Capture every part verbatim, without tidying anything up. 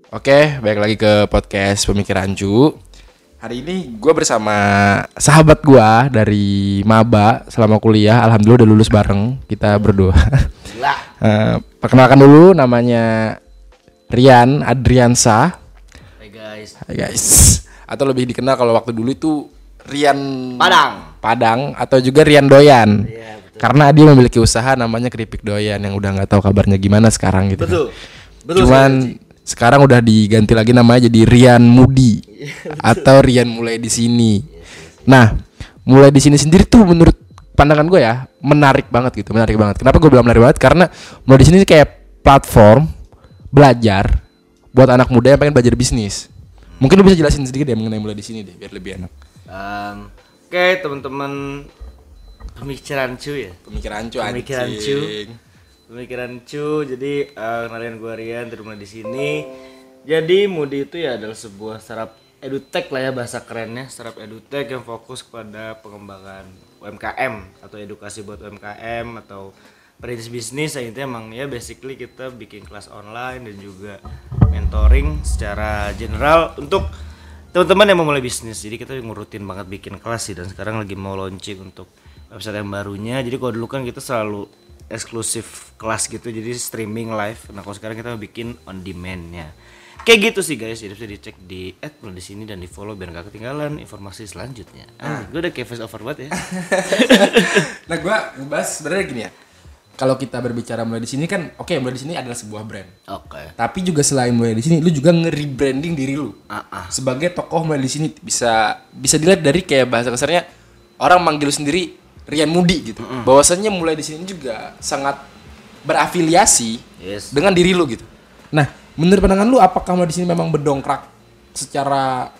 Oke, balik lagi ke podcast Pemikiran Cu. Hari ini gue bersama sahabat gue dari Maba selama kuliah. Alhamdulillah udah lulus bareng kita berdua. uh, Perkenalkan dulu, namanya Rian Adriansa. Hai guys. Hai guys. Atau lebih dikenal kalau waktu dulu itu Rian Padang. Padang atau juga Rian Doyan. Iya, betul. Karena dia memiliki usaha namanya Keripik Doyan yang udah nggak tahu kabarnya gimana sekarang gitu. Betul. Kan. Betul. Cuman sekarang udah diganti lagi namanya jadi Rian Mudi atau Rian mulai di sini. Nah, mulai di sini sendiri tuh menurut pandangan gue ya menarik banget gitu, menarik banget. Kenapa gue bilang menarik banget? Karena mulai di sini kayak platform belajar buat anak muda yang pengen belajar bisnis. Mungkin lu bisa jelasin sedikit deh mengenai mulai di sini deh biar lebih enak. Um, Oke okay, teman-teman pemikiran cu ya. Pemikiran cu. Pemikiran cu. Pemikiran cu. Jadi uh, kenalin gue Rian dari mulai di sini. Jadi Mudi itu ya adalah sebuah startup edutech lah ya bahasa kerennya, startup edutech yang fokus kepada pengembangan U M K M atau edukasi buat U M K M atau perintis bisnis. Ya, intinya emang ya basically kita bikin kelas online dan juga mentoring secara general untuk teman-teman yang mau mulai bisnis. Jadi kita ngurutin banget bikin kelas sih, dan sekarang lagi mau launching untuk website yang barunya. Jadi kalau dulu kan kita selalu eksklusif kelas gitu, jadi streaming live. Nah kalau sekarang kita mau bikin on demand-nya. Kayak gitu sih guys, jadi bisa dicek di at mulai di sini dan di follow biar gak ketinggalan informasi selanjutnya. Ah, gue udah kayak face over banget ya. Nah gue ngebahas sebenarnya gini ya. Kalau kita berbicara mulai di sini kan, oke okay, mulai di sini adalah sebuah brand. Oke. Okay. Tapi juga selain mulai di sini, lu juga nge-rebranding diri lu. Uh-uh. Sebagai tokoh mulai di sini bisa bisa dilihat dari kayak bahasa kasarnya orang manggil lu sendiri Rian Mudi gitu. Uh-uh. Bahwasannya mulai di sini juga sangat berafiliasi yes. dengan diri lu gitu. Nah, menurut pandangan lu apakah mulai di sini memang mendongkrak secara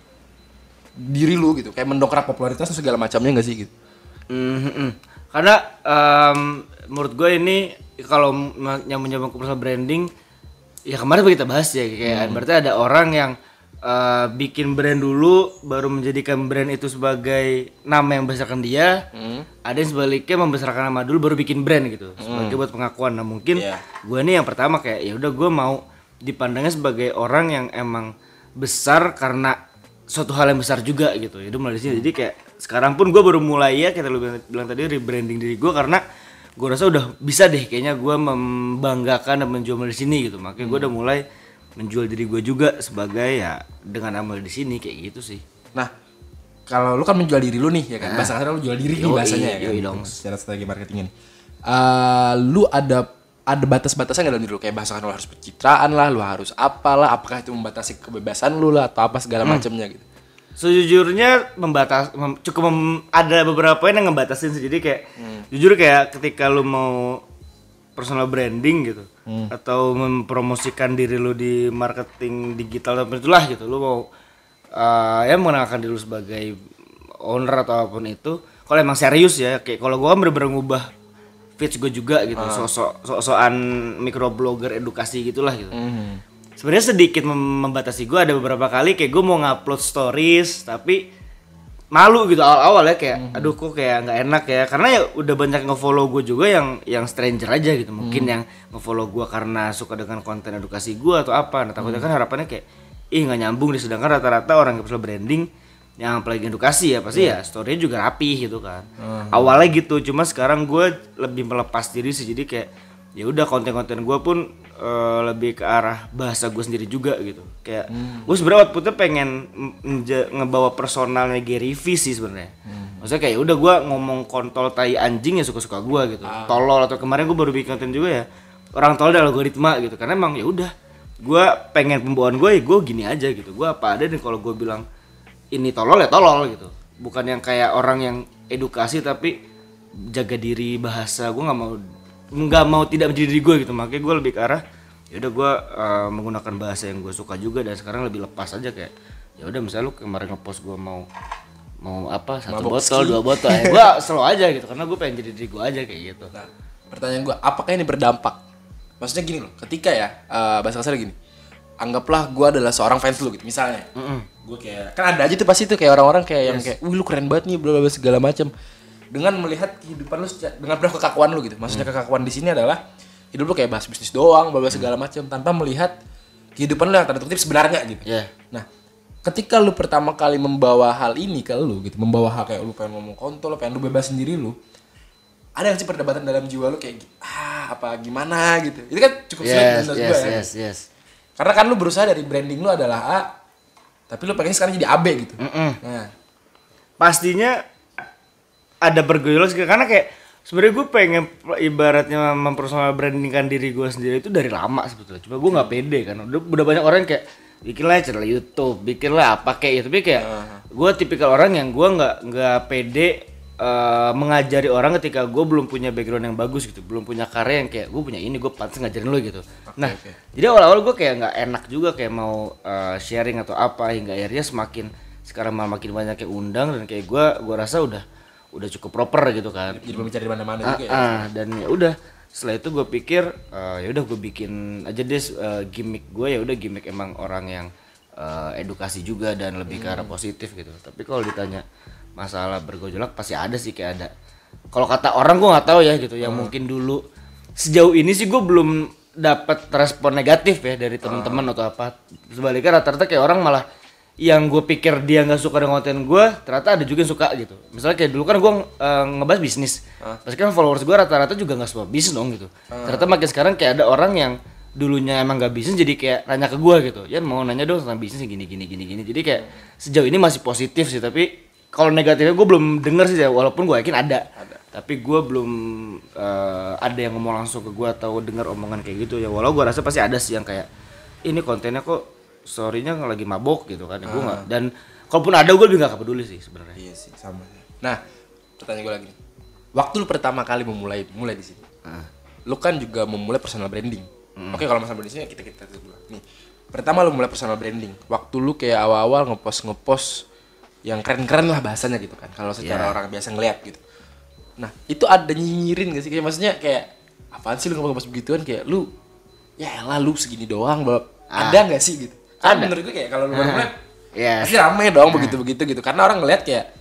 diri lu gitu, kayak mendongkrak popularitas segala macamnya enggak sih gitu? Mm-hmm. Karena um, menurut gue ini kalau yang menyambung ke personal branding ya kemarin kita bahas ya kayak hmm. berarti ada orang yang uh, bikin brand dulu baru menjadikan brand itu sebagai nama yang membesarkan dia. Hmm. Ada yang sebaliknya membesarkan nama dulu baru bikin brand gitu sebagai hmm. buat pengakuan. Nah mungkin yeah. gue nih yang pertama kayak ya udah gue mau dipandangnya sebagai orang yang emang besar karena suatu hal yang besar juga gitu. Jadi mulai di sini. Jadi kayak sekarang pun gue baru mulai ya kita lu bilang, bilang tadi rebranding diri gue karena gue rasa udah bisa deh kayaknya gue membanggakan dan menjual di sini gitu. Makanya gue udah mulai menjual diri gue juga sebagai ya dengan amal di sini kayak gitu sih. Nah, kalau lu kan menjual diri lu nih ya kan. Nah. Bahasa kasarnya lu jual diri nih bahasanya ya kan. Dong. Secara strategi marketing ini. Uh, lu ada ada batas-batasan nggak dalam diri lu? Kayak bahasa kan lu harus pencitraan lah, lu harus apalah, apakah itu membatasi kebebasan lu lah atau apa segala hmm. macamnya gitu. Sejujurnya membatas mem, cukup mem, ada beberapa yang ngebatasin sih. Jadi kayak hmm. jujur kayak ketika lu mau personal branding gitu hmm. atau mempromosikan diri lu di marketing digital dan itulah gitu, lu mau uh, ya mengenalkan diri lu sebagai owner atau apapun itu. Kalau emang serius ya, kayak kalau gua kan bener-bener ngubah pitch gue juga gitu, ah. sosok sosokan microblogger edukasi gitulah gitu. Hmm. Sebenarnya sedikit mem- membatasi gue, ada beberapa kali kayak gue mau ngupload stories tapi malu gitu awal-awal ya kayak mm-hmm. aduh kok kayak nggak enak ya karena ya udah banyak nge-follow gue juga yang yang stranger aja gitu mungkin mm. yang nge-follow gue karena suka dengan konten edukasi gue atau apa. Nah takutnya mm. kan harapannya kayak ih nggak nyambung deh, sedangkan rata-rata orang yang personal branding yang apalagi edukasi ya pasti yeah. ya story-nya juga rapi gitu kan. Mm. Awalnya gitu, cuma sekarang gue lebih melepas diri sih, jadi kayak ya udah konten-konten gue pun uh, lebih ke arah bahasa gue sendiri juga gitu. Kayak hmm. gue sebenarnya outputnya pengen nge- ngebawa personalnya Gary V sih sebenarnya. Hmm. Maksudnya kayak udah gue ngomong kontol tai anjing ya suka-suka gue gitu. Ah. Tolol atau kemarin gue baru bikin konten juga ya orang tolol dan algoritma gitu. Karena emang ya udah gue pengen pembawaan gue ya gue gini aja gitu. Gue apa ada dan kalau gue bilang ini tolol ya tolol gitu. Bukan yang kayak orang yang edukasi tapi jaga diri bahasa. Gue nggak mau nggak mau tidak menjadi diri gue gitu. Makanya gue lebih ke arah ya udah gue uh, menggunakan bahasa yang gue suka juga, dan sekarang lebih lepas aja kayak ya udah misalnya lu kemarin ngepost gue mau mau apa satu Mabok botol ski. dua botol ya gue slow aja gitu karena gue pengen jadi diri gue aja kayak gitu. Nah, pertanyaan gue apakah ini berdampak? Maksudnya gini loh, ketika ya uh, bahasa kasar gini, anggaplah gue adalah seorang fans lu gitu misalnya, gue kayak kan ada aja tuh pasti tuh kayak orang-orang kayak yes. yang kayak wih lu keren banget nih bla bla segala macam. Dengan melihat kehidupan lu dengan penuh kekakuan lu gitu. Maksudnya hmm. kekakuan di sini adalah hidup lu kayak bahas bisnis doang, bahas segala macam tanpa melihat kehidupan lu yang tanda kutip sebenarnya gitu. Iya. Nah, ketika lu pertama kali membawa hal ini ke lu gitu, membawa hal kayak lu pengen ngomong kontol, pengen lu bebas sendiri lu, ada nggak sih perdebatan dalam jiwa lu kayak ah apa gimana gitu? Itu kan cukup sulit Yes, menurut yes, gua ya. yes, yes. Karena kan lu berusaha dari branding lu adalah A, tapi lu pengen sekarang jadi A B gitu. Mm-mm. Nah, Pastinya ada bergejolak sih, karena kayak sebenarnya gue pengen ibaratnya mempersonal brandingkan diri gue sendiri itu dari lama sebetulnya. Cuma gue nggak pede kan. Udah, udah banyak orang yang kayak bikinlah channel YouTube, bikinlah apa kayak gitu. Tapi kayak uh-huh. gue tipikal orang yang gue nggak nggak pede uh, mengajari orang ketika gue belum punya background yang bagus gitu, belum punya karya yang kayak gue punya ini, gue pantas ngajarin lo gitu. Okay, nah, okay. Jadi awal-awal gue kayak nggak enak juga kayak mau uh, sharing atau apa, hingga akhirnya semakin sekarang malah makin banyak kayak undang dan kayak gue gue rasa udah udah cukup proper gitu kan. Jadi pembicara di mana-mana ah, juga ya. Ah, dan ya udah setelah itu gue pikir uh, ya udah gue bikin aja deh uh, gimmick gue, ya udah gimmick emang orang yang uh, edukasi juga dan lebih hmm. ke arah positif gitu. Tapi kalau ditanya masalah bergejolak pasti ada sih, kayak ada. Kalau kata orang gue nggak tahu ya gitu, yang hmm. mungkin dulu sejauh ini sih gue belum dapat respon negatif ya dari teman-teman hmm. atau apa. Sebaliknya rata-rata kayak orang malah yang gue pikir dia nggak suka dengan konten gue, ternyata ada juga yang suka gitu. Misalnya kayak dulu kan gue uh, ngebahas bisnis, uh. pasti kan followers gue rata-rata juga nggak semua bisnis dong gitu. Uh. Ternyata makin sekarang kayak ada orang yang dulunya emang nggak bisnis jadi kayak nanya ke gue gitu, ya mau nanya dong tentang bisnis gini gini gini gini. Jadi kayak sejauh ini masih positif sih, tapi kalau negatifnya gue belum denger sih ya, walaupun gue yakin ada. ada. Tapi gue belum uh, ada yang ngomong langsung ke gue atau dengar omongan kayak gitu ya. Walau gue rasa pasti ada sih yang kayak ini kontennya kok story-nya lagi mabok gitu kan. Ah. Gue nggak, dan kalaupun ada gue lebih nggak peduli sih sebenarnya. Iya sih, sama. Nah, pertanyaan gue lagi nih. Waktu lu pertama kali memulai mulai di sini, ah. lu kan juga memulai personal branding. Hmm. Oke, kalau masalah branding kita kita dulu. Nih, pertama lu mulai personal branding. Waktu lu kayak awal-awal ngepost ngepost yang keren-keren lah bahasanya gitu kan. Kalau secara yeah. orang biasa ngeliat gitu. Nah, itu ada nyinyirin gak sih? Kayak maksudnya kayak apaan sih lu ngepost begituan, kayak lu ya elah lu segini doang, ah. ada nggak sih gitu? Kan menurut gue kayak kalau lu mulai yeah. pasti rame dong begitu-begitu gitu, karena orang ngeliat kayak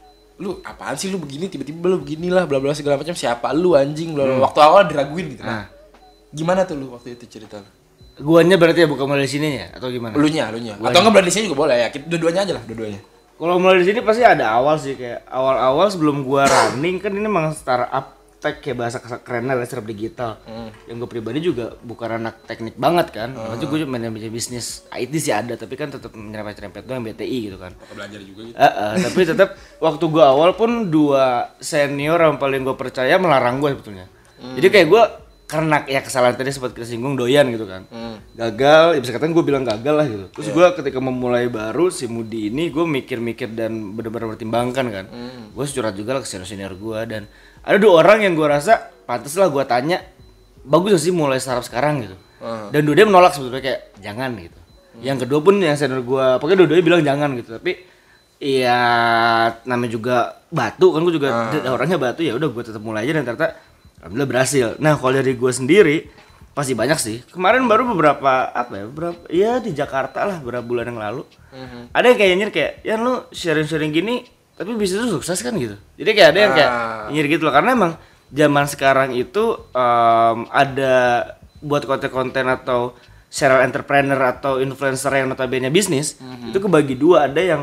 lu apaan sih lu begini, tiba-tiba lu beginilah bla bla segala macam, siapa lu anjing bla bla. Hmm. Waktu awal diraguin gitu. Nah, gimana tuh lu waktu itu cerita lu? Guanya berarti ya bukan mulai di sini ya atau gimana? Lunya, lunya. Atau enggak mulai di sini juga boleh ya. Dua-duanya aja lah, dua-duanya. Kalau mulai di sini pasti ada awal sih, kayak awal-awal sebelum gua running kan ini memang startup tech kayak bahasa kerennya lah, startup digital. Hmm. Yang gue pribadi juga bukan anak teknik banget kan. Hmm. Maksudnya gue cuma manajer bisnis I T sih ada, tapi kan tetap nyerempet-nyerempet doang B T I gitu kan. Belajar juga gitu. Uh, uh, tapi tetap waktu gue awal pun dua senior yang paling gue percaya melarang gue sebetulnya. Hmm. Jadi kayak gue karena ya kesalahan tadi sempat kesinggung doyan gitu kan. Hmm. Gagal, ya bisa katakan gue bilang gagal lah gitu. Terus yeah. gue ketika memulai baru si Mudi ini gue mikir-mikir dan benar-benar pertimbangkan kan. Hmm. Gue curhat juga lah ke senior-senior gue, dan ada dua orang yang gue rasa pantas lah gue tanya, bagus gak sih mulai startup sekarang gitu. Uh. Dan dua dia menolak sebetulnya, kayak jangan gitu. Hmm. Yang kedua pun yang senior gue, pokoknya dua-duanya bilang jangan gitu. Tapi iya namanya juga batu kan, gue juga uh. orangnya batu, ya udah gue tetap mulai aja dan ternyata alhamdulillah berhasil. Nah kalau dari gue sendiri pasti banyak sih. Kemarin baru beberapa apa ya, beberapa ya di Jakarta lah beberapa bulan yang lalu. Uh-huh. Ada yang kayak nyir kayak, ya lu sharing-sharing gini tapi bisnis itu sukses kan gitu. Jadi kayak ada yang kayak uh. nyir gitu loh, karena emang zaman sekarang itu um, ada buat konten-konten atau serial entrepreneur atau influencer yang notabene bisnis, uh-huh. itu kebagi dua. Ada yang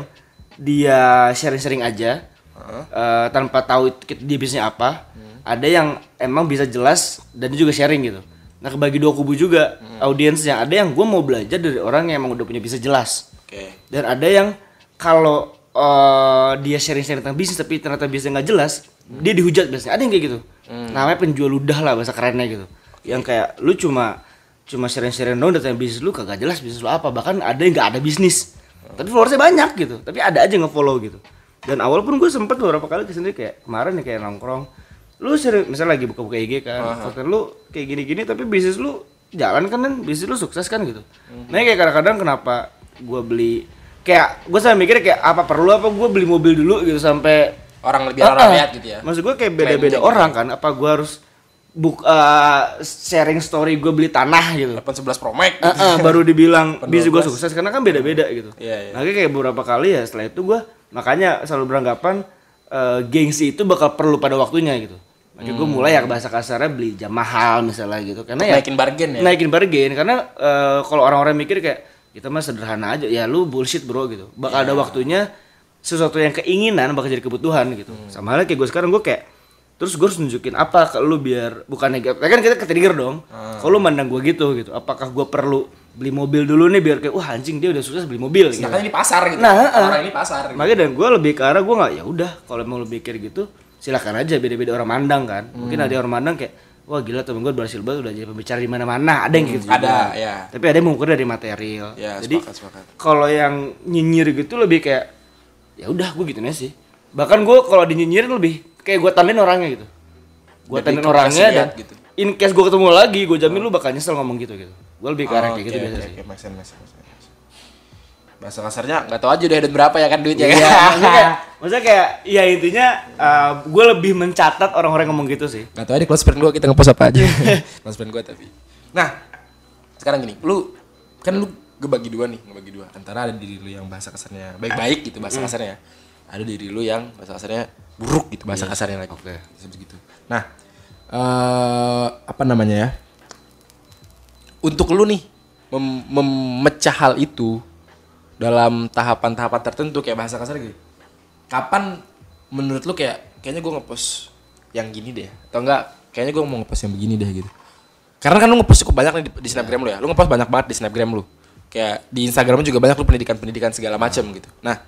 dia sharing-sharing aja uh-huh. uh, tanpa tahu itu, dia bisnisnya apa. Uh-huh. Ada yang emang bisa jelas dan dia juga sharing gitu. Nah kebagi dua kubu juga uh-huh. audiensnya. Ada yang gue mau belajar dari orang yang emang udah punya bisnis jelas. Okay. Dan ada yang kalau uh, dia sharing-sharing tentang bisnis tapi ternyata bisnisnya nggak jelas, uh-huh. dia dihujat biasanya. Ada yang kayak gitu. Uh-huh. Namanya penjual ludah lah bahasa kerennya gitu. Okay. Yang kayak lu cuma cuma sharing-sharing dong tentang bisnis lu, kagak jelas bisnis lu apa. Bahkan ada yang nggak ada bisnis. Tapi followersnya banyak gitu, tapi ada aja nge-follow gitu. Dan awal pun gue sempet beberapa kali kesini kayak kemarin nih kayak nongkrong, lu sering misalnya lagi buka-buka I G kan, uh-huh. konten lu kayak gini-gini tapi bisnis lu jalan kan, dan bisnis lu sukses kan gitu. Uh-huh. Nah kayak kadang-kadang kenapa gue beli, kayak gue sampai mikir kayak apa perlu apa gue beli mobil dulu gitu sampai orang lebih orang lihat gitu ya. Maksud gue kayak beda-beda orang kan, apa gue harus Buk, uh, sharing story gue beli tanah gitu delapan sebelas Pro Max uh, uh, baru dibilang bisnis gue sukses, karena kan beda-beda gitu. Yeah, yeah. Nah kayak beberapa kali ya setelah itu gue makanya selalu beranggapan uh, gengsi itu bakal perlu pada waktunya gitu. Makanya gue mulai ya bahasa kasarnya beli jam mahal misalnya gitu. Karena ya naikin bargain ya. Naikin bargain karena uh, kalau orang-orang mikir kayak kita mah sederhana aja, ya lu bullshit bro gitu. Bakal yeah. ada waktunya sesuatu yang keinginan bakal jadi kebutuhan gitu. Hmm. Sama halnya kayak gue sekarang gue kayak terus gue harus nunjukin apa ke lu biar bukan negatif. Kan kita ketrigger dong. Hmm. Kalau lu mandang gue gitu gitu. Apakah gue perlu beli mobil dulu nih biar kayak wah anjing dia udah sukses beli mobil gitu. Sedangkan ini pasar gitu. Nah, orang uh, ini pasar. Gitu. Makanya dan gue lebih ke arah gue enggak ya udah kalau mau lu pikir gitu silakan aja, beda-beda orang mandang kan. Hmm. Mungkin ada orang mandang kayak wah gila temen gue berhasil banget udah jadi pembicara di mana-mana. Ada yang gitu. Hmm, ada, juga. Ya. Tapi ada yang mengukur dari material. Ya, jadi sepakat, kalau yang nyinyir gitu lebih kayak ya udah gue gitunya sih. Bahkan gue kalau dinyinyirin lebih kayak gue tandain orangnya gitu. Gue tandain orangnya dan gitu. In case gue ketemu lagi, gue jamin oh. lu bakal nyesel ngomong gitu gitu. Gue lebih ke arah oh, kayak okay, gitu okay, biasa okay, sih. Okay, okay, bahasa kasarnya nggak tahu aja udah dan berapa ya kan duitnya kan. Iya, maksudnya kayak, maksudnya kayak ya intinya uh, gue lebih mencatat orang-orang ngomong gitu sih. Nggak tahu aja close friend gue kita ngepost apa aja. Close friend gue tapi. Nah, sekarang gini, lu kan lu ngebagi dua nih, ngebagi dua antara ada diri lu yang bahasa kasarnya baik-baik gitu bahasa kasarnya. Ada diri lu yang bahasa kasarnya buruk gitu bahasa yes. kasarnya lagi. Oke, okay. Begitu. Nah, uh, apa namanya ya? Untuk lu nih mem- memecah hal itu dalam tahapan-tahapan tertentu kayak bahasa kasar gitu. Kapan menurut lu kayak kayaknya gue ngepost yang gini deh atau enggak kayaknya gue mau ngepost yang begini deh gitu. Karena kan lu ngepost cukup banyak nih di, di Snapgram lu ya. Lu ngepost banyak banget di Snapgram lu. Kayak di Instagram juga banyak lu pendidikan-pendidikan segala macam gitu. Nah,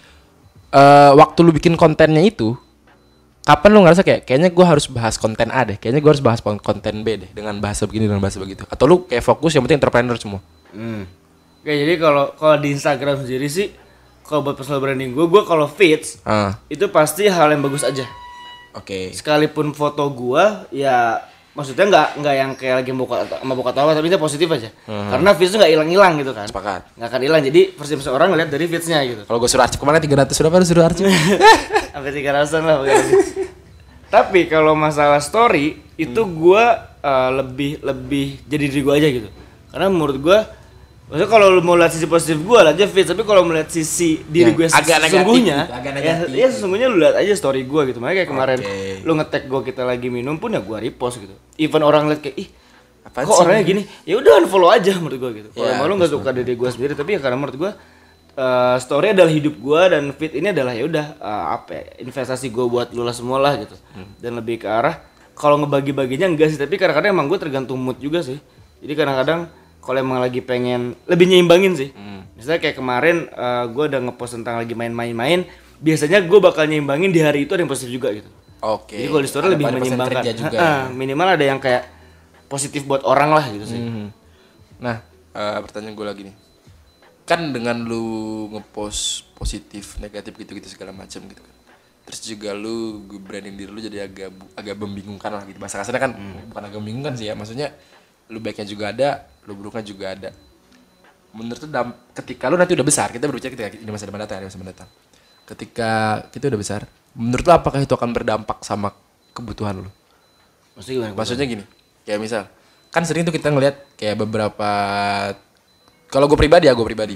uh, waktu lu bikin kontennya itu kapan lu ngerasa kayak kayaknya gue harus bahas konten A deh, kayaknya gue harus bahas konten B deh dengan bahasa begini dengan bahasa begitu. Atau lu kayak fokus yang penting entrepreneur semua. Hmm. Oke, jadi kalau kalau di Instagram sendiri sih, kalau buat personal branding gue, gue kalau feeds uh. itu pasti hal yang bagus aja. Oke. Okay. Sekalipun foto gue, ya maksudnya nggak nggak yang kayak lagi buka sama buka tawa, tapi itu positif aja. Uh-huh. Karena feeds itu nggak hilang-hilang gitu kan. Sepakat. Nggak akan hilang, jadi first impression orang ngeliat dari feedsnya gitu. Kalau gue suruh arsip kemana tiga ratus berapa suruh arsip? Sampai tiga ratusan lah. Tapi kalau masalah story itu hmm. gue uh, lebih lebih jadi diri gue aja gitu. Karena menurut gue maksudnya kalau lu mau lihat sisi positif gue lihat aja feed, tapi kalau melihat sisi diri gue sesungguhnya, gitu, agak negatif, ya, ya sesungguhnya lu lihat aja story gue gitu. Makanya kayak kemarin okay. lu nge-tag gue kita lagi minum pun ya gue repost gitu. Even orang lihat kayak ih apaan kok sih orangnya gini, ya udah unfollow aja menurut gue gitu. Kalau ya, malu nggak suka diri gue sendiri, tapi ya karena menurut gue uh, story adalah hidup gue dan feed ini adalah ya udah uh, apa ya, investasi gue buat lu lah semua lah gitu. Hmm. Dan lebih ke arah kalau ngebagi-baginya enggak sih, tapi kadang-kadang emang gue tergantung mood juga sih. Jadi kadang-kadang kalau emang lagi pengen lebih nyimbangin sih. Hmm. Misalnya kayak kemarin uh, gue udah ngepost tentang lagi main-main-main, biasanya gue bakal nyimbangin di hari itu ada yang positif juga gitu. Oke. Okay. Jadi kalau di story ada lebih menyimbangkan. Juga, ha, ya. Minimal ada yang kayak positif buat orang lah gitu sih. Hmm. Nah, uh, pertanyaan gue lagi nih. Kan dengan lu ngepost positif, negatif gitu-gitu segala macam gitu kan. Terus juga lu branding diri lu jadi agak agak membingungkan lah gitu. Bahasa kasarnya kan hmm. bukan agak membingungkan sih ya, maksudnya lu baiknya juga ada, lu buruknya juga ada. Menurut tuh dam- ketika lu nanti udah besar, kita berbicara ketika di masa depan datang, di masa depan datang. Ketika kita udah besar, menurut lu apakah itu akan berdampak sama kebutuhan lu? Maksudnya gimana? Maksudnya gini, kayak misal, kan sering tuh kita ngeliat kayak beberapa, kalau gue pribadi ya gue pribadi,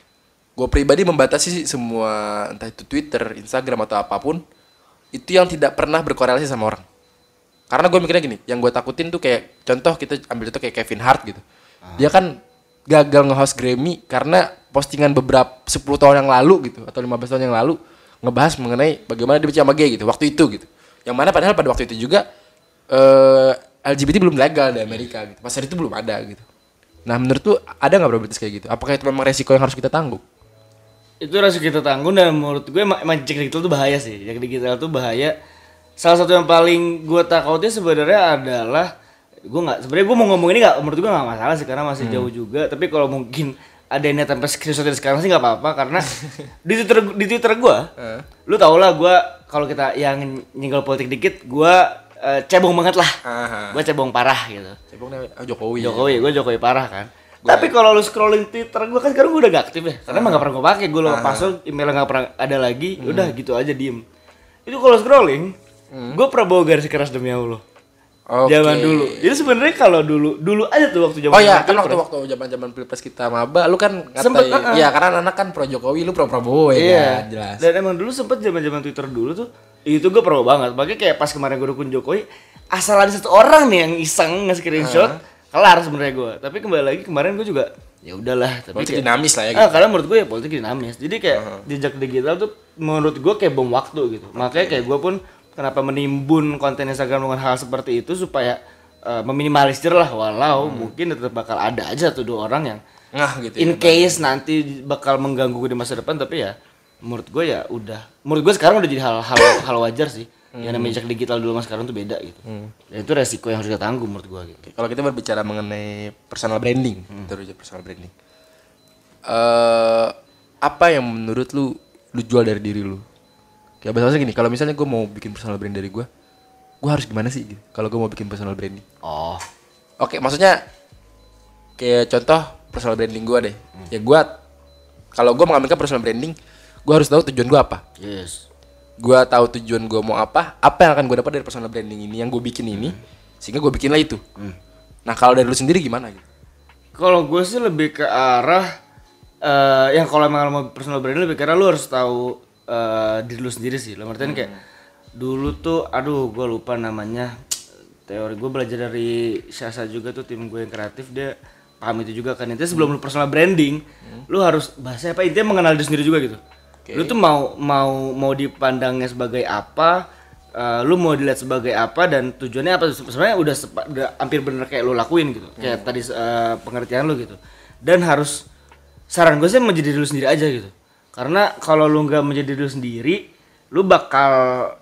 gue pribadi membatasi semua entah itu Twitter, Instagram atau apapun, itu yang tidak pernah berkorelasi sama orang. Karena gue mikirnya gini, yang gue takutin tuh kayak contoh kita ambil contoh kayak Kevin Hart gitu. Ah. Dia kan gagal nge-host Grammy karena postingan beberapa sepuluh tahun yang lalu gitu atau lima belas tahun yang lalu ngebahas mengenai bagaimana dia benci sama gay gitu waktu itu gitu. Yang mana padahal pada waktu itu juga uh, L G B T belum legal di Amerika gitu. Pas hari itu belum ada gitu. Nah, menurut tuh ada enggak probabilitas kayak gitu? Apakah itu memang resiko yang harus kita tanggung? Itu resiko kita tanggung dan menurut gue emang cek digital tuh bahaya sih. Cek digital tuh bahaya. Salah satu yang paling gue takutin sebenarnya adalah gue nggak sebenarnya gue mau ngomong ini nggak menurut gue nggak masalah sih karena masih hmm. jauh juga, tapi kalau mungkin ada yang sampai screenshot dari sekarang sih nggak apa-apa karena di Twitter di Twitter gue uh. lu tau lah gue kalau kita yang nyenggol politik dikit gue uh, cebong banget lah, uh-huh. gue cebong parah gitu. Cebongnya oh, Jokowi Jokowi ya. Gue Jokowi parah kan. Gua tapi kalau lu scrolling Twitter gue kan sekarang gue udah gak aktif ya karena emang uh-huh. gak pernah gue pakai, gue lo uh-huh. password emailnya gak pernah ada lagi, hmm. udah gitu aja diem. Itu kalau scrolling Hmm. gue pernah bawa garis keras demi Allah. Oke. Zaman dulu. Jadi sebenarnya kalau dulu dulu aja tuh waktu zaman Oh ya, kan waktu waktu zaman-zaman Pilpres kita maba, lu kan Sempet, ngatain, uh-uh. ya karena anak kan pro Jokowi, lu pro Prabowo ya Iya. kan, jelas. Dan emang dulu sempet zaman-zaman Twitter dulu tuh itu gue pro banget. Makanya kayak pas kemarin gue dukung Jokowi, asal ada satu orang nih yang iseng nge-screenshot, uh-huh. kelar sebenarnya gue. Tapi kembali lagi kemarin gue juga ya udahlah, tapi politik kayak, dinamis lah ya gitu. gitu. Ah, karena menurut gue ya politik dinamis. Jadi kayak uh-huh. jejak digital tuh menurut gue kayak bom waktu gitu. Okay. Makanya kayak gue pun kenapa menimbun konten Instagram dengan hal seperti itu supaya Uh, meminimalisir lah walau hmm. mungkin tetap bakal ada aja tuh dua orang yang nah, gitu in ya, case bener. Nanti bakal mengganggu gue di masa depan, tapi ya menurut gue ya udah menurut gue sekarang udah jadi hal-hal hal wajar sih. Hmm. Yang namanya jejak digital dulu sama sekarang tuh beda gitu. Hmm. Dan itu resiko yang harus kita tanggung menurut gue gitu. Kalau kita berbicara mengenai personal branding, hmm. terus personal branding. Uh, apa yang menurut lu lu jual dari diri lu? Kayak bahasa gini, kalau misalnya gue mau bikin personal brand dari gue, gue harus gimana sih gitu kalau gue mau bikin personal branding? Oh, oke, maksudnya kayak contoh personal branding gue deh. Hmm. Ya gue kalau gue mengambilkan personal branding, gue harus tahu tujuan gue apa. Yes. Gue tahu tujuan gue mau apa, apa yang akan gue dapat dari personal branding ini, yang gue bikin ini, hmm. sehingga gue bikinlah itu. Hmm. Nah kalau dari lu sendiri gimana gitu? Kalau gue sih lebih ke arah uh, yang kalau emang mau personal branding lebih ke arah lu harus tahu uh, diri lu sendiri sih. Lo artinya hmm. kayak dulu tuh, aduh gue lupa namanya, teori gue belajar dari Syasa juga tuh, tim gue yang kreatif, dia paham itu juga kan. Intinya sebelum hmm. lu personal branding, hmm. lu harus bahasa apa, intinya mengenal diri sendiri juga gitu. Okay. Lu tuh mau mau mau dipandangnya sebagai apa, uh, lu mau dilihat sebagai apa, dan tujuannya apa. Sebenarnya udah, sepa, udah hampir bener kayak lu lakuin gitu, hmm. kayak tadi uh, pengertian lu gitu. Dan harus, saran gue sih menjadi diri lu sendiri aja gitu. Karena kalau lu nggak menjadi diri lu sendiri, lu bakal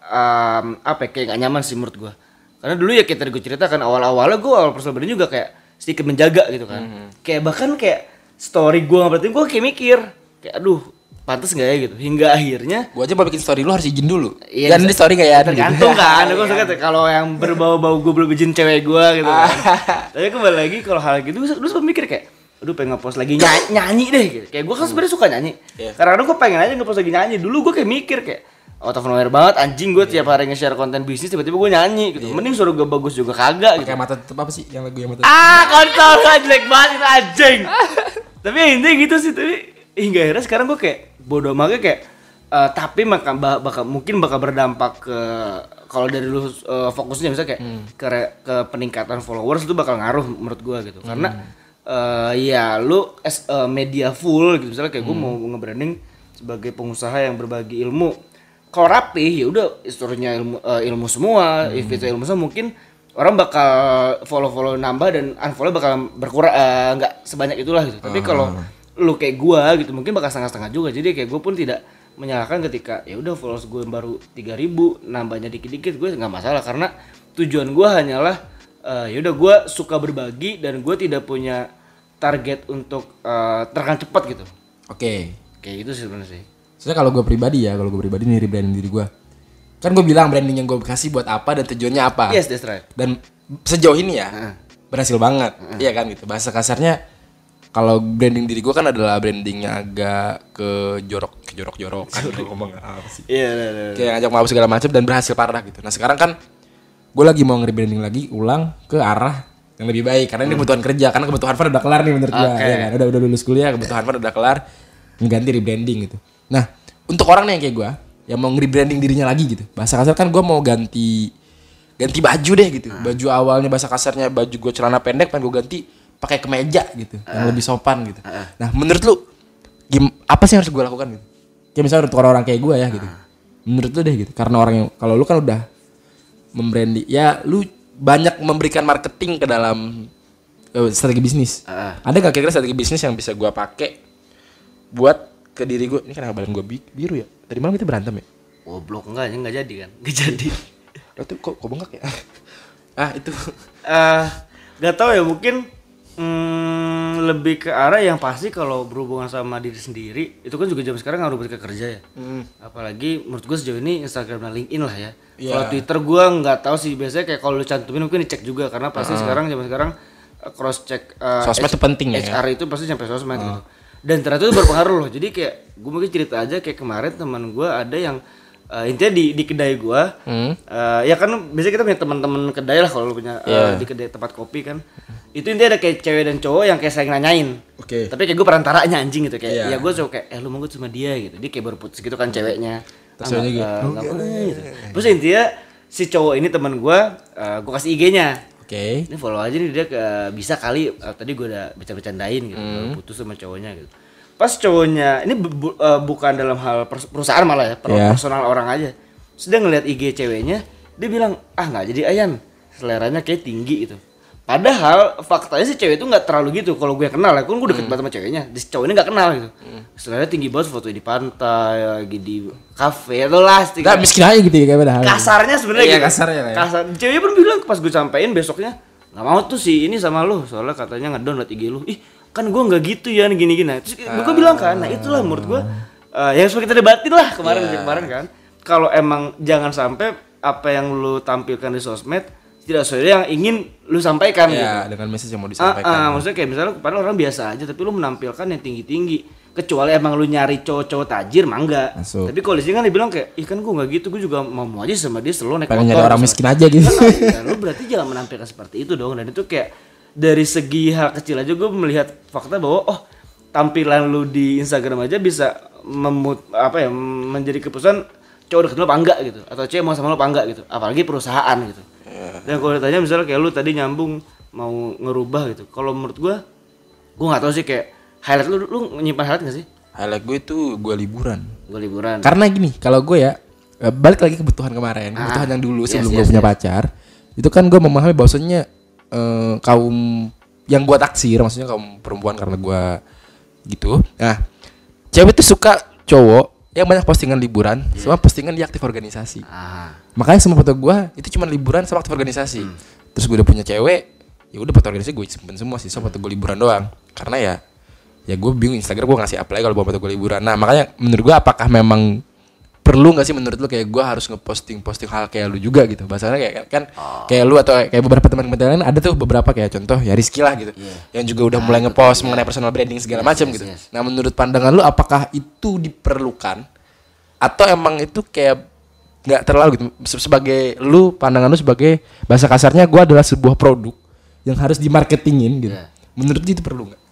um, apa ya, kayak gak nyaman sih menurut gua. Karena dulu ya kayak tadi gue ceritakan awal-awalnya gua awal personal branding juga kayak sedikit menjaga gitu kan. Mm-hmm. Kayak bahkan kayak story gua berarti gua kayak mikir kayak aduh pantas nggak ya gitu. Hingga akhirnya gua aja mau bikin story lu harus izin dulu. Iya, dan di story kayak ya tergantung gitu. Kan. Gua suka kalau yang berbau-bau gua belum izin cewek gua gitu kan. Tapi kembali lagi kalau hal gitu gua terus mikir kayak aduh pengen nge-post lagi nyanyi, nyanyi deh gitu. Kayak gua kan sebenarnya suka nyanyi. Yeah. Karena gua pengen aja nge-post lagi nyanyi. Dulu gua kayak mikir kayak out of nowhere banget anjing gue yeah. tiap hari nge-share konten bisnis tiba-tiba gue nyanyi gitu. Yeah. Mending suruh gue bagus juga kagak gitu. Kayak mata tutup apa sih yang lagu yang mata tutup? Ah, kontol kan jelek banget itu anjing. Tapi intinya gitu sih, tapi hingga akhirnya sekarang gue kayak bodoh amat kayak uh, tapi maka bakal mungkin bakal berdampak ke kalau dari lu uh, fokusnya misalnya kayak hmm. ke ke peningkatan followers itu bakal ngaruh menurut gue gitu. Hmm. Karena uh, ya lu as uh, media full gitu misalnya kayak hmm. gue mau nge-branding sebagai pengusaha yang berbagi ilmu. Kalau rapi ya udah historinya ilmu uh, ilmu semua, hmm. if itu ilmu semua mungkin orang bakal follow-follow nambah dan unfollow bakal berkurang nggak uh, sebanyak itulah gitu. Tapi kalau uh. lu kayak gua gitu mungkin bakal setengah-setengah juga. Jadi kayak gua pun tidak menyalahkan ketika ya udah followers gue baru tiga ribu, nambahnya dikit-dikit gue nggak masalah karena tujuan gua hanyalah uh, ya udah gua suka berbagi dan gua tidak punya target untuk uh, terkan cepat gitu. Oke. Okay. Kayak gitu sih sebenarnya sih. Soalnya kalau gue pribadi ya, kalau gue pribadi nih rebranding diri gue, kan gue bilang branding yang gue kasih buat apa dan tujuannya apa. Yes, that's right. Dan sejauh ini ya uh. berhasil banget, uh. iya kan gitu. Bahasa kasarnya kalau branding diri gue kan adalah brandingnya agak ke jorok, ke jorok-jorok kan ngomong apa sih? Iya, yeah, yeah, yeah. Kayak ngajak mabuk segala macam dan berhasil parah gitu. Nah sekarang kan gue lagi mau nge-rebranding lagi, ulang ke arah yang lebih baik karena ini kebutuhan kerja, karena kebutuhan Far udah kelar nih menurut gue, ya kan? Udah udah lulus kuliah, kebutuhan Far udah kelar, mengganti rebranding gitu. Nah, untuk orang nih yang kayak gue, yang mau nge-rebranding dirinya lagi gitu. Bahasa kasar kan gue mau ganti ganti baju deh gitu. Uh. Baju awalnya bahasa kasarnya baju gue celana pendek, pengen gue ganti pakai kemeja gitu, uh. yang lebih sopan gitu. Uh. Nah, menurut lu gim, apa sih yang harus gue lakukan gitu? Kayak misalnya untuk orang-orang kayak gue ya gitu. Uh. Menurut lu deh gitu. Karena orang yang kalau lu kan udah membranding, ya lu banyak memberikan marketing ke dalam uh, strategi bisnis. Uh. Ada gak kira-kira strategi bisnis yang bisa gue pakai buat ke diri gue? Ini kan badan gue biru ya. Tadi malam kita berantem ya? Goblok, enggak, enggak jadi kan? Enggak jadi. Itu kok kok bengkak ya? Ah, itu. Eh, uh, enggak tahu ya, mungkin hmm, lebih ke arah yang pasti kalau berhubungan sama diri sendiri, itu kan juga zaman sekarang ngaruh ke kerja ya. Hmm. Apalagi menurut gue sejauh ini Instagram dan LinkedIn lah ya. Yeah. Kalau Twitter gue enggak tahu sih, biasanya kayak kalau lu cantumin mungkin dicek juga karena pasti uh-huh. sekarang zaman sekarang cross check uh, sosmed itu penting ya. H R itu pasti sampai sosmed uh. gitu. Dan ternyata itu berpengaruh loh. Jadi kayak gue mungkin cerita aja kayak kemarin teman gue ada yang Uh, intinya di di kedai gua, hmm. uh, ya kan biasanya kita punya teman-teman kedai lah kalau lu punya yeah. uh, di kedai tempat kopi kan. Itu intinya ada kayak cewek dan cowok yang kayak saling nanyain. Oke. Okay. Tapi kayak gue perantaranya anjing gitu kayak yeah. ya gue suka kayak eh lu mau gue sama dia gitu. Dia kayak baru putus gitu kan ceweknya. Terus ah, gitu. Uh, okay. Apa, gitu. Terus intinya si cowok ini teman gua, uh, gua kasih I G-nya. Oke. Okay. Ini follow aja nih dia ke, bisa kali uh, tadi gua udah bercanda-bercandain gitu. Hmm. Baru putus sama cowoknya gitu. Pas cowoknya ini bu, uh, bukan dalam hal perusahaan malah ya, yeah. personal orang aja. Sedang ngeliat I G ceweknya, dia bilang, ah nggak jadi Ayan, seleranya kayak tinggi itu. Padahal faktanya si cewek itu nggak terlalu gitu. Kalau gue kenal ya, kan gue deket hmm. banget sama ceweknya. Di cowok ini nggak kenal gitu. Hmm. Seleranya tinggi banget, foto di pantai, lagi di kafe atau lah. Nggak miskin aja gitu ya kayak padahal. Kasarnya sebenarnya iya, gitu. Kasarnya ya. Kasar. Ceweknya pun bilang pas gue sampein besoknya, nggak mau tuh si ini sama lu, soalnya katanya ngedownload I G lu. Ih kan gue nggak gitu ya, gini-gini. Terus ah. gue bilang kan, nah itulah menurut gue uh, yang suka kita debatin lah kemarin yeah. kemarin kan. Kalau emang jangan sampai apa yang lu tampilkan di sosmed tidak sesuai yang ingin lu sampaikan ya, gitu. Dengan message yang mau disampaikan. Ah, ah, maksudnya kayak misalnya padahal orang biasa aja tapi lu menampilkan yang tinggi-tinggi. Kecuali emang lu nyari cowok-cowok tajir mah enggak. Masuk. Tapi kalau di sini kan dia bilang kayak, "Ih kan gua enggak gitu, gua juga mau aja sama dia selalu naik pengen motor." Nyari orang miskin aja gitu. Nah, lu berarti jangan menampilkan seperti itu dong. Dan itu kayak dari segi hal kecil aja gua melihat fakta bahwa oh, tampilan lu di Instagram aja bisa memut apa ya menjadi keputusan cowok deket lu apa enggak gitu atau cewek mau sama lu apa enggak gitu apalagi perusahaan gitu. Yeah. Dan kalau ditanya misalnya kayak lu tadi nyambung mau ngerubah gitu. Kalau menurut gua gua enggak tahu sih kayak highlight lu lu nyimpan highlight enggak sih? Highlight gue itu gua liburan. Gua liburan. Karena gini, kalau gue ya balik lagi kebutuhan kemarin, ah, kebutuhan yang dulu sebelum yes, gue yes, punya yes. pacar. Itu kan gue memahami bahwasannya eh, kaum yang gua taksir maksudnya kaum perempuan karena gua gitu. Nah, cewek itu suka cowok yang banyak postingan liburan, yeah. sama postingan di aktif organisasi. Ah. Makanya semua foto gue itu cuma liburan sama aktif organisasi. Hmm. Terus gue udah punya cewek, ya udah foto organisasi gue simpen semua sih, sama foto gue liburan doang. Karena ya, ya gue bingung Instagram gue ngasih apply kalau buat foto gue liburan. Nah makanya menurut gue apakah memang perlu nggak sih menurut lu kayak gue harus ngeposting posting hal kayak lu juga gitu. Bahasanya kayak kan oh. kayak lu atau kayak beberapa teman-teman lain ada tuh beberapa kayak contoh ya Rizky lah gitu, yeah. yang juga udah nah, mulai ngepost mengenai personal branding segala yes, macam yes, gitu. Yes. Nah menurut pandangan lu apakah itu diperlukan? Atau emang itu kayak nggak terlalu gitu sebagai lu pandangan lu sebagai bahasa kasarnya gue adalah sebuah produk yang harus dimarketingin gitu. Yeah. Menurut lu itu perlu nggak?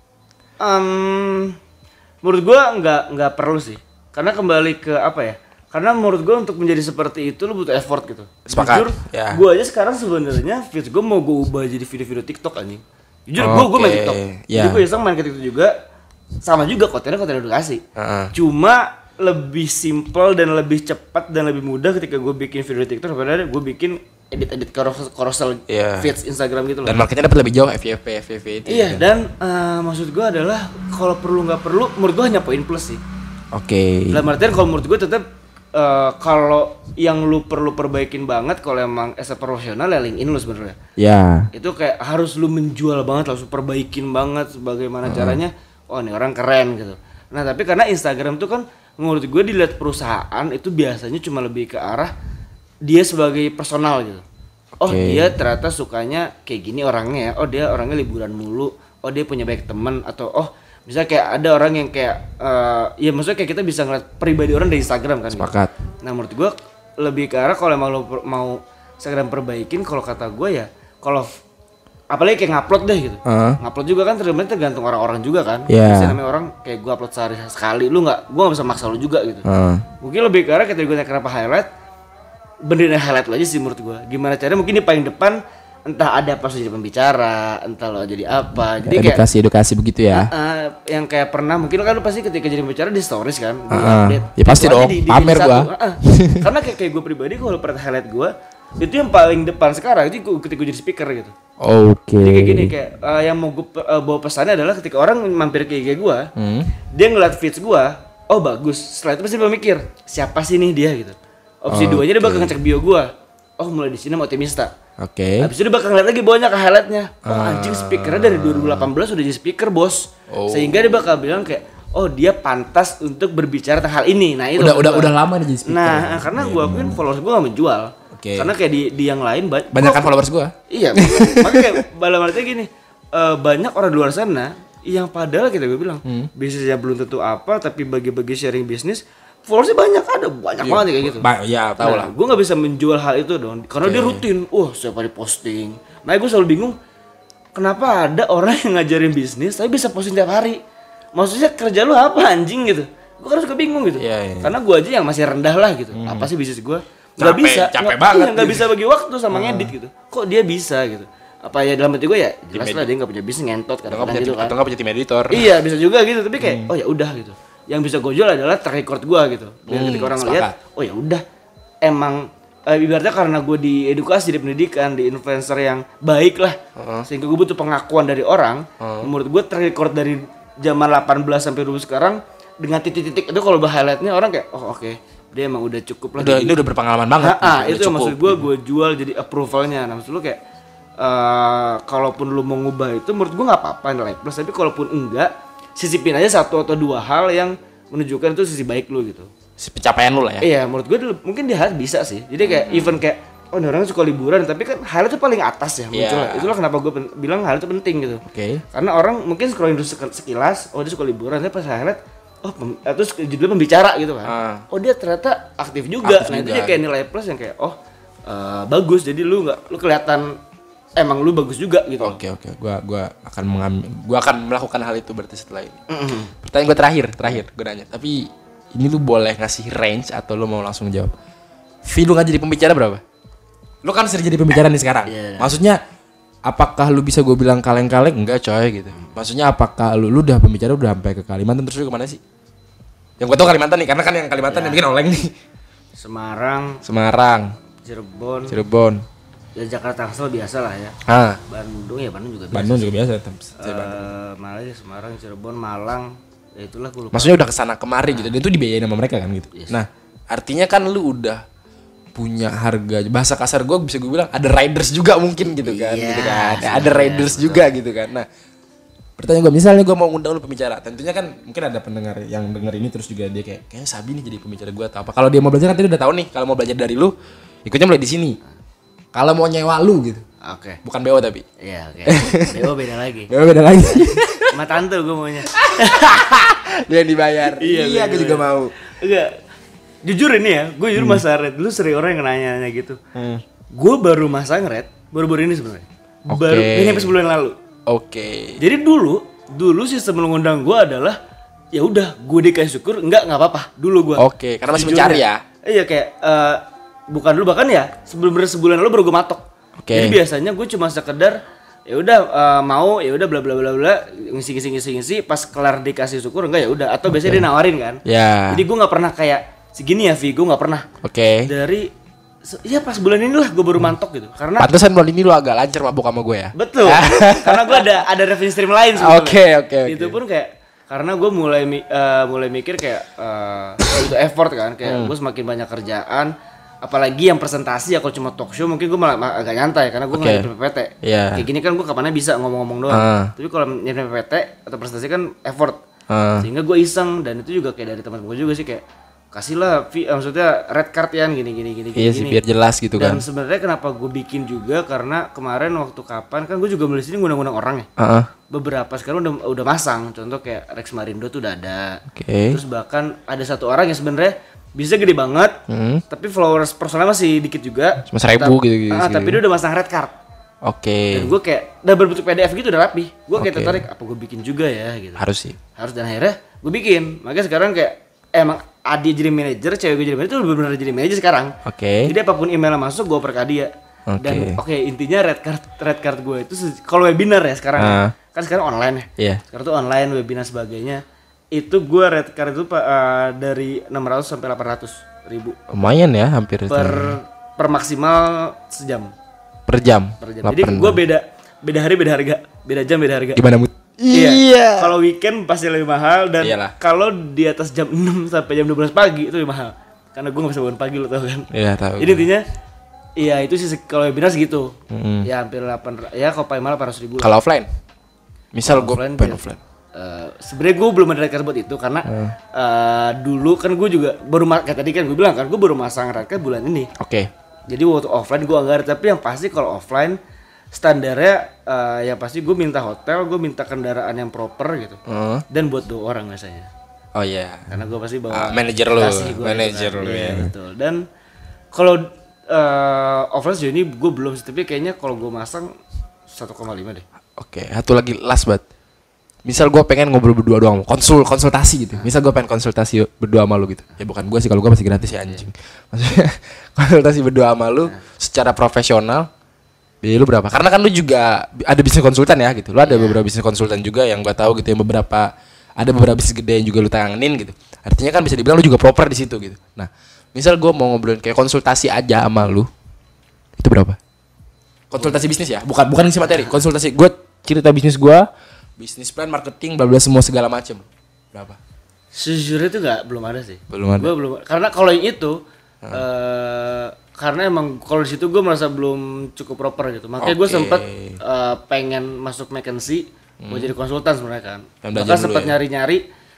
Um, menurut gue nggak nggak perlu sih. Karena kembali ke apa ya? Karena menurut gue untuk menjadi seperti itu lu butuh effort gitu. Sepakat. Jujur, ya. gue aja sekarang sebenarnya feeds gue mau gue ubah jadi video-video TikTok anjing. Jujur okay. gue gue main TikTok. Yeah. Jadi gue iseng main ke TikTok juga. Sama juga kontennya konten edukasi. Uh-huh. Cuma lebih simple dan lebih cepat dan lebih mudah ketika gue bikin video TikTok daripada gue bikin edit-edit carousel yeah. feeds Instagram gitu loh. Dan marketnya dapat lebih jauh F Y P F Y P itu. Iya, dan uh, maksud gue adalah kalau perlu nggak perlu menurut gue hanya poin plus sih. Oke. Okay. Dalam artian kalau menurut gue tetap uh, kalau yang lu perlu perbaikin banget kalau emang as a profesional ya LinkedIn lu sebenarnya. Ya. Yeah. Itu kayak harus lu menjual banget, harus perbaikin banget bagaimana uh. caranya. Oh, ini orang keren gitu. Nah, tapi karena Instagram tuh kan menurut gue dilihat perusahaan itu biasanya cuma lebih ke arah dia sebagai personal gitu. Oh, okay. Dia ternyata sukanya kayak gini orangnya ya. Oh, dia orangnya liburan mulu. Oh, dia punya banyak teman atau oh misalnya kayak ada orang yang kayak uh, ya maksudnya kayak kita bisa ngeliat pribadi orang dari Instagram kan. Sepakat. Gitu. Nah menurut gue lebih ke arah kalau emang lo per, mau Instagram perbaikin kalau kata gue ya kalau apalagi kayak ngupload deh gitu. Uh. Ngupload juga kan tergantung orang-orang juga kan. Yeah. Misalnya namanya orang kayak gue upload sehari sekali lu nggak, gue nggak bisa maksa lu juga gitu. Uh. Mungkin lebih ke arah ketika gue tanya kenapa highlight, benerin highlight lo aja sih menurut gue. Gimana caranya mungkin di paling depan entah ada pas jadi pembicara, entah lo jadi apa. Jadi edukasi kayak, edukasi begitu ya. Uh, uh, yang kayak pernah mungkin kan lo pasti ketika jadi pembicara di stories kan, uh, uh. Ya pasti dong, di, di pamer gua. Uh, uh. Karena kayak kayak gue pribadi kalau pernah highlight gue itu yang paling depan sekarang itu ketika gue jadi speaker gitu. Oke. Okay. Jadi kayak gini kayak uh, yang mau gue uh, bawa pesannya adalah ketika orang mampir ke I G gue, hmm. dia ngeliat feeds gue, oh bagus. Setelah itu pasti dia mikir siapa sih nih dia gitu. Opsi dua nya dia bakal ngecek bio gue. Oh mulai di sini mau optimista. Oke. Okay. Habis itu dia bakal ngeliat lagi bawahnya ke highlightnya. Oh uh. anjing speakernya dari dua ribu delapan belas udah jadi speaker bos. Oh. Sehingga dia bakal bilang kayak, oh dia pantas untuk berbicara tentang hal ini. Nah itu udah udah, udah lama dia jadi speaker. Nah karena gue akuin followers gue gak menjual. Okay. Karena kayak di, di yang lain ba- banyak kan followers gue. Iya. Makanya kayak dalam artinya gini, uh, banyak orang di luar sana yang padahal kita gue bilang hmm. bisnisnya belum tentu apa, tapi bagi-bagi sharing bisnis followersnya banyak, ada banyak banget kayak gitu. Ba- ya tahu lah. Nah, gue nggak bisa menjual hal itu dong, karena Oke. dia rutin. Wah, setiap hari posting. Nah, gue selalu bingung, kenapa ada orang yang ngajarin bisnis tapi bisa posting tiap hari? Maksudnya kerja lu apa anjing gitu? Gue kan suka bingung gitu. Iya, iya. Karena gue aja yang masih rendah lah gitu. Apa sih bisnis gue? Nggak Capek, bisa, capek nggak- banget iya, nggak gitu. bisa bagi waktu sama ngedit gitu. Kok dia bisa gitu? Apa ya dalam hati gue ya jelas lah dia nggak punya bisnis ngentot Atau nggak kadang-kadang punya, gitu tim- kan. atau nggak punya tim editor. Iya bisa juga gitu, tapi kayak oh ya udah gitu. Yang bisa gue jual adalah track record gue gitu. Biar Hmm, ketika orang sepakat. lihat, oh ya udah emang eh, ibaratnya karena gue di edukasi, di pendidikan, di influencer yang baik lah, sehingga gue butuh pengakuan dari orang. Menurut gue track record dari zaman delapan belas sampai dua ribu sekarang dengan titik-titik itu kalau highlightnya orang kayak oh oke dia emang udah cukup lah. Udah, jadi- ini udah berpengalaman banget. Ah, ah, gitu, itu udah yang maksud cukup. gue, gue jual jadi approvalnya. Nah maksud lu kayak, eh kalaupun lu mau ngubah itu, menurut gue nggak apa-apa nilai plus. Tapi kalaupun enggak, sisipin aja satu atau dua hal yang menunjukkan itu sisi baik lu gitu. Si pencapaian lu lah ya. Iya, menurut gue dulu mungkin di highlight bisa sih. Jadi kayak even kayak, oh ini orang suka liburan, tapi kan highlight itu paling atas ya munculnya. Iya. Itulah kenapa gue pen- bilang highlight itu penting gitu. Oke. Karena orang mungkin scrolling dulu sek- sekilas, oh dia suka liburan, tapi pas highlight, oh pem- eh, terus judulnya pembicara gitu kan. Ah. Oh dia ternyata aktif juga. Aktif nah itu juga. dia kayak nilai plus yang kayak oh eh, bagus. Jadi lu nggak, lu kelihatan emang lu bagus juga gitu. Oke oke, gua gua akan mengambil, gua akan melakukan hal itu berarti setelah ini. Mm-mm. Pertanyaan gue terakhir, terakhir gue nanya. Tapi ini lu boleh ngasih range atau lu mau langsung jawab. Fee lu nggak jadi pembicara berapa? Lu kan sering jadi pembicara nih sekarang. Iya. Maksudnya apakah lu bisa gue bilang kaleng-kaleng? Enggak coy gitu. Maksudnya apakah lu, lu udah pembicara udah sampai ke Kalimantan terus lu kemana sih? Yang gue tau Kalimantan nih, karena kan yang Kalimantan yang bikin oleng nih. Semarang, Semarang, Cirebon, Cirebon, ya Jakarta Tangsel biasa lah ya. ah, Bandung ya Bandung juga biasa. Bandung juga biasa. Eh, Malang, Semarang, Cirebon, Malang, ya itulah gue lupa. Maksudnya udah kesana kemari gitu, dan itu dibiayain sama mereka kan gitu. Yes. Nah, artinya kan lu udah punya harga, bahasa kasar gue bisa gue bilang ada riders juga mungkin gitu kan, Iya, gitu kan. iya, Ada riders juga gitu kan. Nah, pertanyaan gue, misalnya gue mau ngundang lu pembicara, tentunya kan mungkin ada pendengar yang denger ini terus juga dia kayak, kayaknya Sabi nih jadi pembicara gue atau apa. Kalau dia mau belajar kan tadi udah tahu nih, kalau mau belajar dari lu, ikutnya mulai di sini. Kalau mau nyewa lu gitu, Oke. bukan B O tapi. Iya, oke. Dewa beda lagi. B O beda lagi. Sama tante gue maunya. Dia yang dibayar. Iya, Iya, gue gue juga mau. Enggak. Jujur ini ya, gue jujur masang red. Dulu sering orang yang nanya-nanya gitu. Hmm. Gue baru masang red, baru-baru ini sebenarnya. Oke. Baru ini sampai sebulan lalu. Oke. Jadi dulu, dulu sistem mengundang gue adalah ya udah, gue dikasih syukur, enggak enggak apa-apa. Dulu gue. Oke, karena masih mencari ya. Iya kayak eh, bukan dulu bahkan ya sebelum sebulan lalu baru gue matok. Oke. Jadi biasanya gue cuma sekedar ya udah eh, mau ya udah bla bla bla bla ngisi ngisi ngisi ngisi pas kelar dikasih syukur enggak ya udah atau biasanya dia nawarin kan. Ya. Jadi gue nggak pernah kayak segini ya Vi, gue nggak pernah. Oke. Dari se- ya pas bulan inilah gue baru mantok gitu karena Pantesan bulan ini lu agak lancar mabuk sama gue ya. betul karena gue ada ada revenue stream lain sebetulnya. Oke, oke, oke. Itu pun kayak karena gue mulai mi- eh, mulai mikir kayak eh itu effort kan kayak Hmm. gue semakin banyak kerjaan apalagi yang presentasi ya kalau cuma talk show mungkin gue malah ma- agak nyantai karena gue Oke. nggak di P P T. Iya. Kayak gini kan gue kapannya bisa ngomong-ngomong doang. Ah. Tapi kalau nyari P P T atau presentasi kan effort. Ah. Sehingga gue iseng dan itu juga kayak dari teman gue juga sih kayak kasihlah vi- eh, maksudnya red card ya gini gini gini Iya gini. sih, biar jelas gitu Dan kan. sebenarnya kenapa gue bikin juga karena kemarin waktu kapan kan gue juga nulis ini ngundang-ngundang orang ya. Heeh. Beberapa sekarang udah udah masang, contoh kayak Rex Marindo tuh udah ada. Oke. Terus bahkan ada satu orang yang sebenarnya bisa gede banget, Hmm. tapi followers personalnya masih dikit juga. Cuma seribu Tapi- gitu-gitu, Ah, segitu. tapi dia udah masang red card. Oke. Dan gue kayak udah berbentuk P D F gitu udah rapi. Gue kayak Oke. tertarik apa gue bikin juga ya gitu. Harus sih. Harus dan akhirnya gue bikin. Makanya sekarang kayak emang Adi jadi manajer, cewek gue jadi manajer itu benar-benar jadi manajer sekarang. Oke. Jadi apapun email yang masuk gue oper ke dia. Oke. Dan oke intinya red card red card gue itu se- kalau webinar ya sekarang ya. Ah. Kan sekarang online ya. Iya. Sekarang tuh online webinar sebagainya. Itu gue red card itu Pak, eh, dari enam ratus sampai delapan ratus ribu Lumayan ya, hampir per per maksimal sejam per jam. per jam. Nggak Jadi pernah. gue beda beda hari beda harga, beda jam beda harga. Gimana mood? Iya. Kalau weekend pasti lebih mahal dan Iyalah. kalau di atas jam enam sampai jam dua belas pagi itu lebih mahal. Karena gue gak bisa bangun pagi lo tau kan. Iya, tahu. Jadi intinya iya itu sih se- kalau webinar segitu. Mm-mm. Ya hampir delapan ya kalau paling mahal delapan ratus ribu lah. Kalau offline? Misal gue Offline pengen dia- offline. Eh, sebenarnya gue belum ada red card buat itu karena eh, dulu kan gue juga baru ma- kayak tadi kan gue bilang kan gue baru masang red card bulan ini. Oke. Jadi waktu offline gue anggar tapi yang pasti kalau offline standarnya eh, yang pasti gue minta hotel, gue minta kendaraan yang proper gitu. Heeh. Dan buat dua orang biasanya. Oh iya. Karena gue pasti bawa Ah, manajer lu, ekspektasi gua manajer gitu kan. lu, Iya, ya. betul. Dan kalau uh, offline sejauh ini gue belum sih, tapi kayaknya kalau gue masang satu koma lima deh. Oke, satu lagi last banget. Misal gue pengen ngobrol berdua doang, konsul konsultasi gitu. Misal gue pengen konsultasi berdua sama lu gitu. Ya bukan gue sih, kalau gue masih gratis ya anjing. Maksudnya konsultasi berdua sama lu secara profesional, biaya lu berapa? Karena kan lu juga ada bisnis konsultan ya gitu. Lu ada beberapa bisnis konsultan juga yang gue tahu gitu, yang beberapa ada beberapa bisnis gede yang juga lu tanganin gitu. Artinya kan bisa dibilang lu juga proper di situ gitu. Nah, misal gue mau ngobrolin kayak konsultasi aja sama lu, itu berapa? Konsultasi bisnis ya, bukan bukan isi materi. Konsultasi gue cerita bisnis gue, bisnis plan, marketing, bla bla semua segala macem. Berapa? Sejujurnya itu nggak, belum ada sih. Belum ada. Gue belum, karena kalau yang itu, eh karena emang kalau di situ gue merasa belum cukup proper gitu. Makanya gue Oke. sempet eh, pengen masuk McKinsey, mau jadi konsultan sebenarnya kan. Yang belajar Bahkan dulu sempet ya? nyari-nyari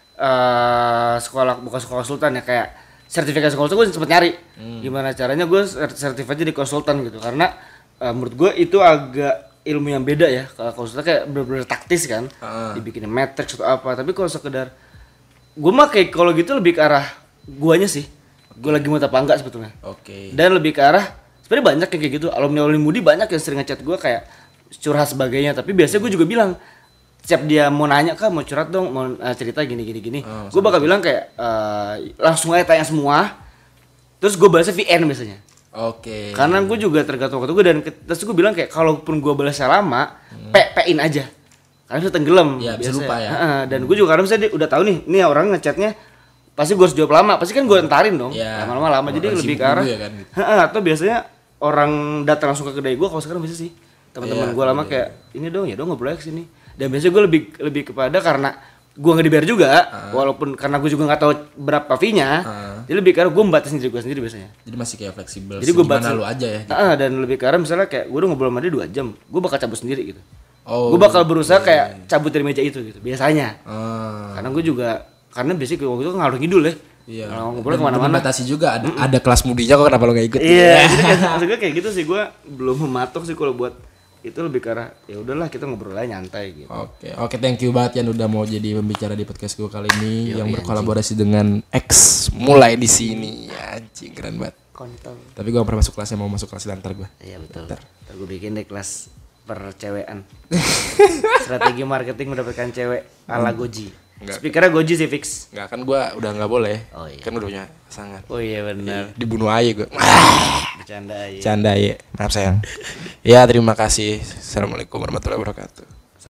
eh sekolah, bukan sekolah konsultan ya, kayak sertifikasi konsultan gue sempet nyari. Hmm. Gimana caranya gue sertifikat jadi konsultan gitu. Karena eh, menurut gue itu agak ilmu yang beda ya. Kalau konsultan kayak bener-bener taktis kan, Ah. dibikinin matrix atau apa. Tapi kalau sekedar gue mah kayak kalau gitu lebih ke arah guanya sih, gue lagi mau apa enggak sebetulnya. Oke. Dan lebih ke arah sebenarnya banyak yang kayak gitu, alumni alumni Mudi banyak yang sering ngechat gue kayak curhat sebagainya. Tapi biasanya gue juga bilang, setiap dia mau nanya kak mau curhat dong, mau uh, cerita gini gini gini, Oh, gue bakal bilang kayak uh, langsung aja tanya semua, terus gue balasnya V N biasanya. Oke. Karena gue juga tergantung waktu gue, dan ke- terus gue bilang kayak kalaupun gue balasnya lama, Hmm. pe pein aja. Karena bisa tenggelam. Iya, bisa biasanya. lupa ya. Heeh, dan gue juga kadang misalnya dia udah tahu nih, nih orang ngechatnya pasti gue harus jawab lama, pasti kan gue entarin dong. Iya. Lama-lama lama, jadi Orang lebih sibuk ke arah. dulu ya kan, gitu. Heeh, atau biasanya orang datang langsung ke kedai gue, kalau sekarang bisa sih. Teman-teman Iya, gue lama iya, kayak ini dong, ya dong ngobrol aja sini. Dan biasanya gue lebih lebih kepada karena gue nggak dibayar juga, walaupun karena gue juga nggak tahu berapa fee-nya. Ah. Jadi lebih ke arah gue membatasin diri gue sendiri biasanya. Jadi masih kayak fleksibel. Jadi gue segimana batas lu aja ya. Gitu. Ah, dan lebih ke arah misalnya kayak gue udah ngobrol sama dia dua jam, gue bakal cabut sendiri gitu. Oh. Gue bakal berusaha kayak cabut dari meja itu gitu biasanya. Ah. Karena gue juga karena biasanya waktu itu ngalur ngidul ya. Iya. Kalau ngobrol Dan kemana-mana. membatasi juga ada ada kelas mudinya kok, kenapa lo gak ikut? Iya, jadi kayak, maksud gue kayak gitu sih, gue belum mematok sih kalau buat itu, lebih ke arah ya udahlah kita ngobrol aja nyantai gitu. Oke, oke, thank you banget Yan udah mau jadi pembicara di podcast gue kali ini yang berkolaborasi dengan X mulai di sini. Anjing keren banget. Kontol. Tapi gue gak pernah masuk kelasnya, mau masuk kelas lantar gue. Iya betul. Ntar. Ntar gue bikin deh kelas percewean. Strategi marketing mendapatkan cewek ala Goji. Enggak. Speakernya Goji sih fix. Enggak, kan gue udah gak boleh. Oh iya. Kan udah punya pasangan. Oh iya benar. Dibunuh aja gue. Bercanda aja. Canda ya. Maaf sayang. Ya terima kasih. Assalamualaikum warahmatullahi wabarakatuh.